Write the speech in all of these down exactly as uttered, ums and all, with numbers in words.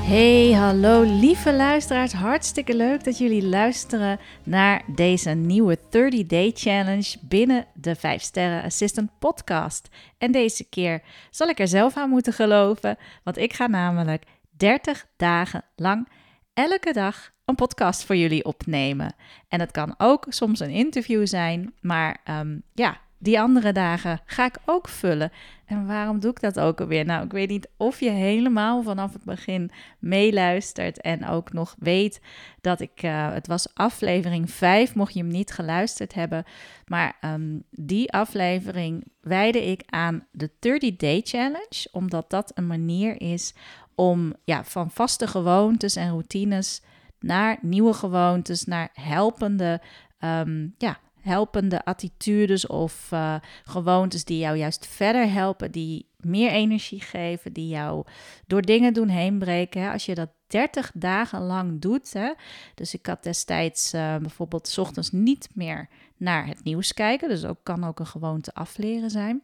Hey, hallo lieve luisteraars. Hartstikke leuk dat jullie luisteren naar deze nieuwe dertig day challenge binnen de vijf sterren Assistant podcast. En deze keer zal ik er zelf aan moeten geloven, want ik ga namelijk dertig dagen lang elke dag een podcast voor jullie opnemen. En het kan ook soms een interview zijn, maar um, ja, die andere dagen ga ik ook vullen. En waarom doe ik dat ook alweer? Nou, ik weet niet of je helemaal vanaf het begin meeluistert en ook nog weet dat ik, uh, het was aflevering vijf, mocht je hem niet geluisterd hebben. Maar um, die aflevering wijde ik aan de dertig day challenge, omdat dat een manier is om ja, van vaste gewoontes en routines naar nieuwe gewoontes, naar helpende, um, ja, helpende attitudes of uh, gewoontes die jou juist verder helpen, die meer energie geven, die jou door dingen doen heen breken. Hè. Als je dat dertig dagen lang doet, hè, dus ik had destijds uh, bijvoorbeeld 's ochtends niet meer naar het nieuws kijken, dus ook kan ook een gewoonte afleren zijn.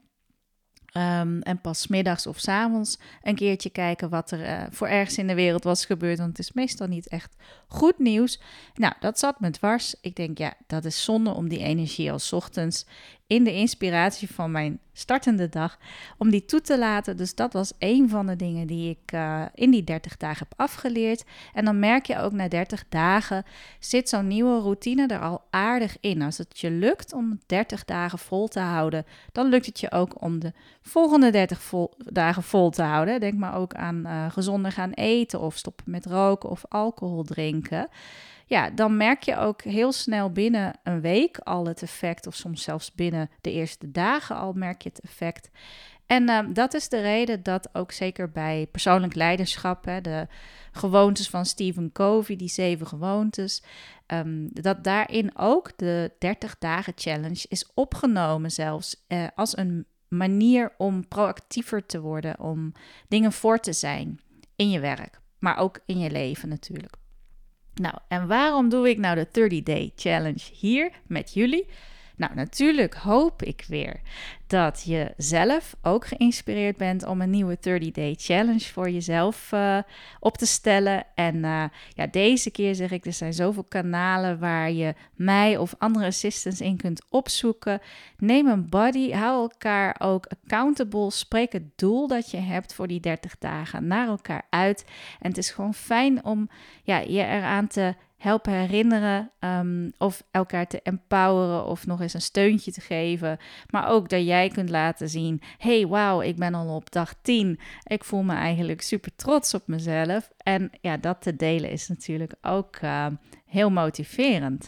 Um, en pas 's middags of 's avonds een keertje kijken wat er uh, voor ergens in de wereld was gebeurd. Want het is meestal niet echt goed nieuws. Nou, dat zat me dwars. Ik denk, ja, dat is zonde om die energie als 's ochtends in de inspiratie van mijn startende dag, om die toe te laten. Dus dat was een van de dingen die ik uh, in die dertig dagen heb afgeleerd. En dan merk je ook na dertig dagen zit zo'n nieuwe routine er al aardig in. Als het je lukt om dertig dagen vol te houden, dan lukt het je ook om de volgende dertig vol, dagen vol te houden. Denk maar ook aan uh, gezonder gaan eten of stoppen met roken of alcohol drinken. Ja, dan merk je ook heel snel binnen een week al het effect, of soms zelfs binnen de eerste dagen al merk je het effect. En uh, dat is de reden dat ook zeker bij persoonlijk leiderschap, hè, de gewoontes van Stephen Covey, die zeven gewoontes, um, dat daarin ook de dertig dagen challenge is opgenomen zelfs uh, als een manier om proactiever te worden, om dingen voor te zijn in je werk, maar ook in je leven natuurlijk. Nou, en waarom doe ik nou de dertig day challenge hier met jullie? Nou, natuurlijk hoop ik weer dat je zelf ook geïnspireerd bent om een nieuwe dertig day challenge voor jezelf uh, op te stellen. En uh, ja, deze keer zeg ik, er zijn zoveel kanalen waar je mij of andere assistants in kunt opzoeken. Neem een buddy, hou elkaar ook accountable, spreek het doel dat je hebt voor die dertig dagen naar elkaar uit. En het is gewoon fijn om ja, je eraan te helpen herinneren um, of elkaar te empoweren of nog eens een steuntje te geven. Maar ook dat jij kunt laten zien, hey, wauw, ik ben al op dag tien. Ik voel me eigenlijk super trots op mezelf. En ja, dat te delen is natuurlijk ook uh, heel motiverend.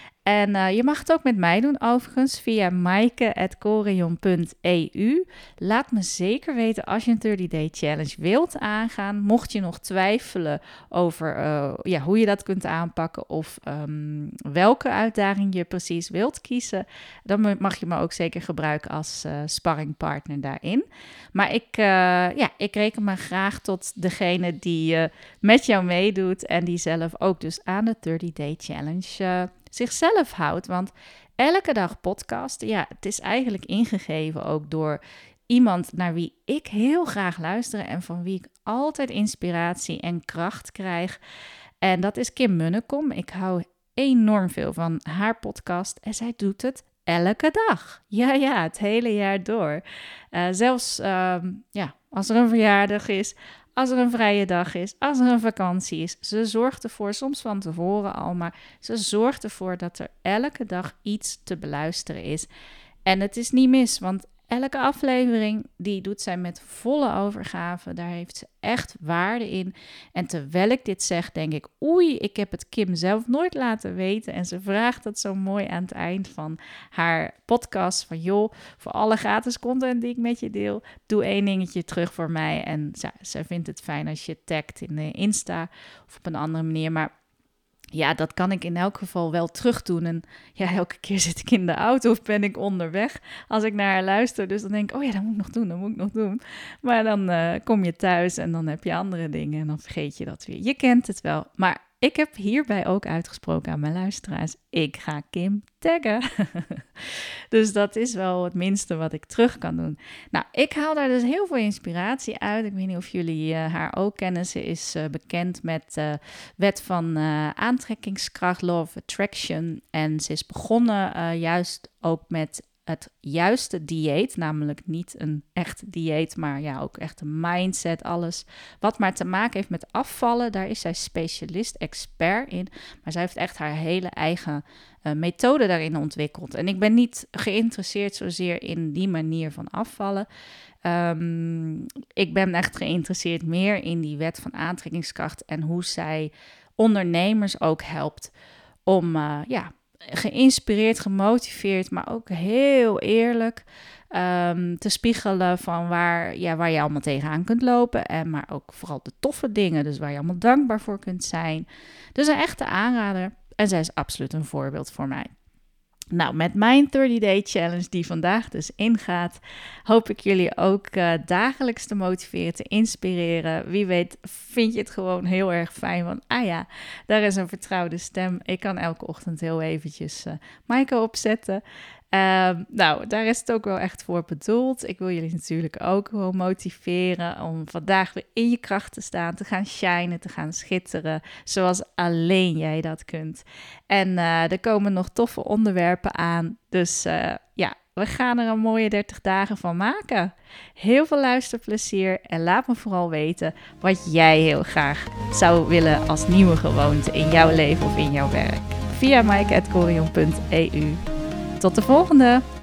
En uh, je mag het ook met mij doen overigens via maaike at korejon punt e u. Laat me zeker weten als je een dertig day challenge wilt aangaan. Mocht je nog twijfelen over uh, ja, hoe je dat kunt aanpakken of um, welke uitdaging je precies wilt kiezen, dan mag je me ook zeker gebruiken als uh, sparringpartner daarin. Maar ik, uh, ja, ik reken me graag tot degene die uh, met jou meedoet en die zelf ook dus aan de dertig day challenge uh, zichzelf houdt, want elke dag podcasten, ja, het is eigenlijk ingegeven ook door iemand naar wie ik heel graag luister en van wie ik altijd inspiratie en kracht krijg. En dat is Kim Munnekom. Ik hou enorm veel van haar podcast en zij doet het elke dag. Ja, ja, het hele jaar door. Uh, zelfs um, ja, als er een verjaardag is, als er een vrije dag is, als er een vakantie is. Ze zorgt ervoor, soms van tevoren al, maar ze zorgt ervoor dat er elke dag iets te beluisteren is. En het is niet mis, want elke aflevering die doet zij met volle overgave. Daar heeft ze echt waarde in. En terwijl ik dit zeg, denk ik, oei, ik heb het Kim zelf nooit laten weten. En ze vraagt dat zo mooi aan het eind van haar podcast. Van joh, voor alle gratis content die ik met je deel, doe één dingetje terug voor mij. En ze, ze vindt het fijn als je tagt in de Insta of op een andere manier. Maar ja, dat kan ik in elk geval wel terug doen. En ja, elke keer zit ik in de auto of ben ik onderweg als ik naar haar luister. Dus dan denk ik, oh ja, dat moet ik nog doen, dat moet ik nog doen. Maar dan uh, kom je thuis en dan heb je andere dingen en dan vergeet je dat weer. Je kent het wel. Maar ik heb hierbij ook uitgesproken aan mijn luisteraars, ik ga Kim taggen. Dus dat is wel het minste wat ik terug kan doen. Nou, ik haal daar dus heel veel inspiratie uit. Ik weet niet of jullie uh, haar ook kennen. Ze is uh, bekend met de uh, wet van uh, aantrekkingskracht, Law of Attraction. En ze is begonnen uh, juist ook met het juiste dieet, namelijk niet een echt dieet, maar ja, ook echt een mindset, alles wat maar te maken heeft met afvallen. Daar is zij specialist, expert in, maar zij heeft echt haar hele eigen uh, methode daarin ontwikkeld. En ik ben niet geïnteresseerd zozeer in die manier van afvallen. Um, ik ben echt geïnteresseerd meer in die wet van aantrekkingskracht en hoe zij ondernemers ook helpt om, uh, ja, geïnspireerd, gemotiveerd, maar ook heel eerlijk um, te spiegelen van waar, ja, waar je allemaal tegenaan kunt lopen. En maar ook vooral de toffe dingen, dus waar je allemaal dankbaar voor kunt zijn. Dus een echte aanrader en zij is absoluut een voorbeeld voor mij. Nou, met mijn dertig day challenge die vandaag dus ingaat, hoop ik jullie ook uh, dagelijks te motiveren, te inspireren. Wie weet vind je het gewoon heel erg fijn van, ah ja, daar is een vertrouwde stem. Ik kan elke ochtend heel eventjes uh, Maaike opzetten. Uh, nou, daar is het ook wel echt voor bedoeld. Ik wil jullie natuurlijk ook gewoon motiveren om vandaag weer in je kracht te staan, te gaan shinen, te gaan schitteren, zoals alleen jij dat kunt. En uh, er komen nog toffe onderwerpen aan, dus uh, ja, we gaan er een mooie dertig dagen van maken. Heel veel luisterplezier en laat me vooral weten wat jij heel graag zou willen als nieuwe gewoonte in jouw leven of in jouw werk. Via maaike at corion punt e u. Tot de volgende!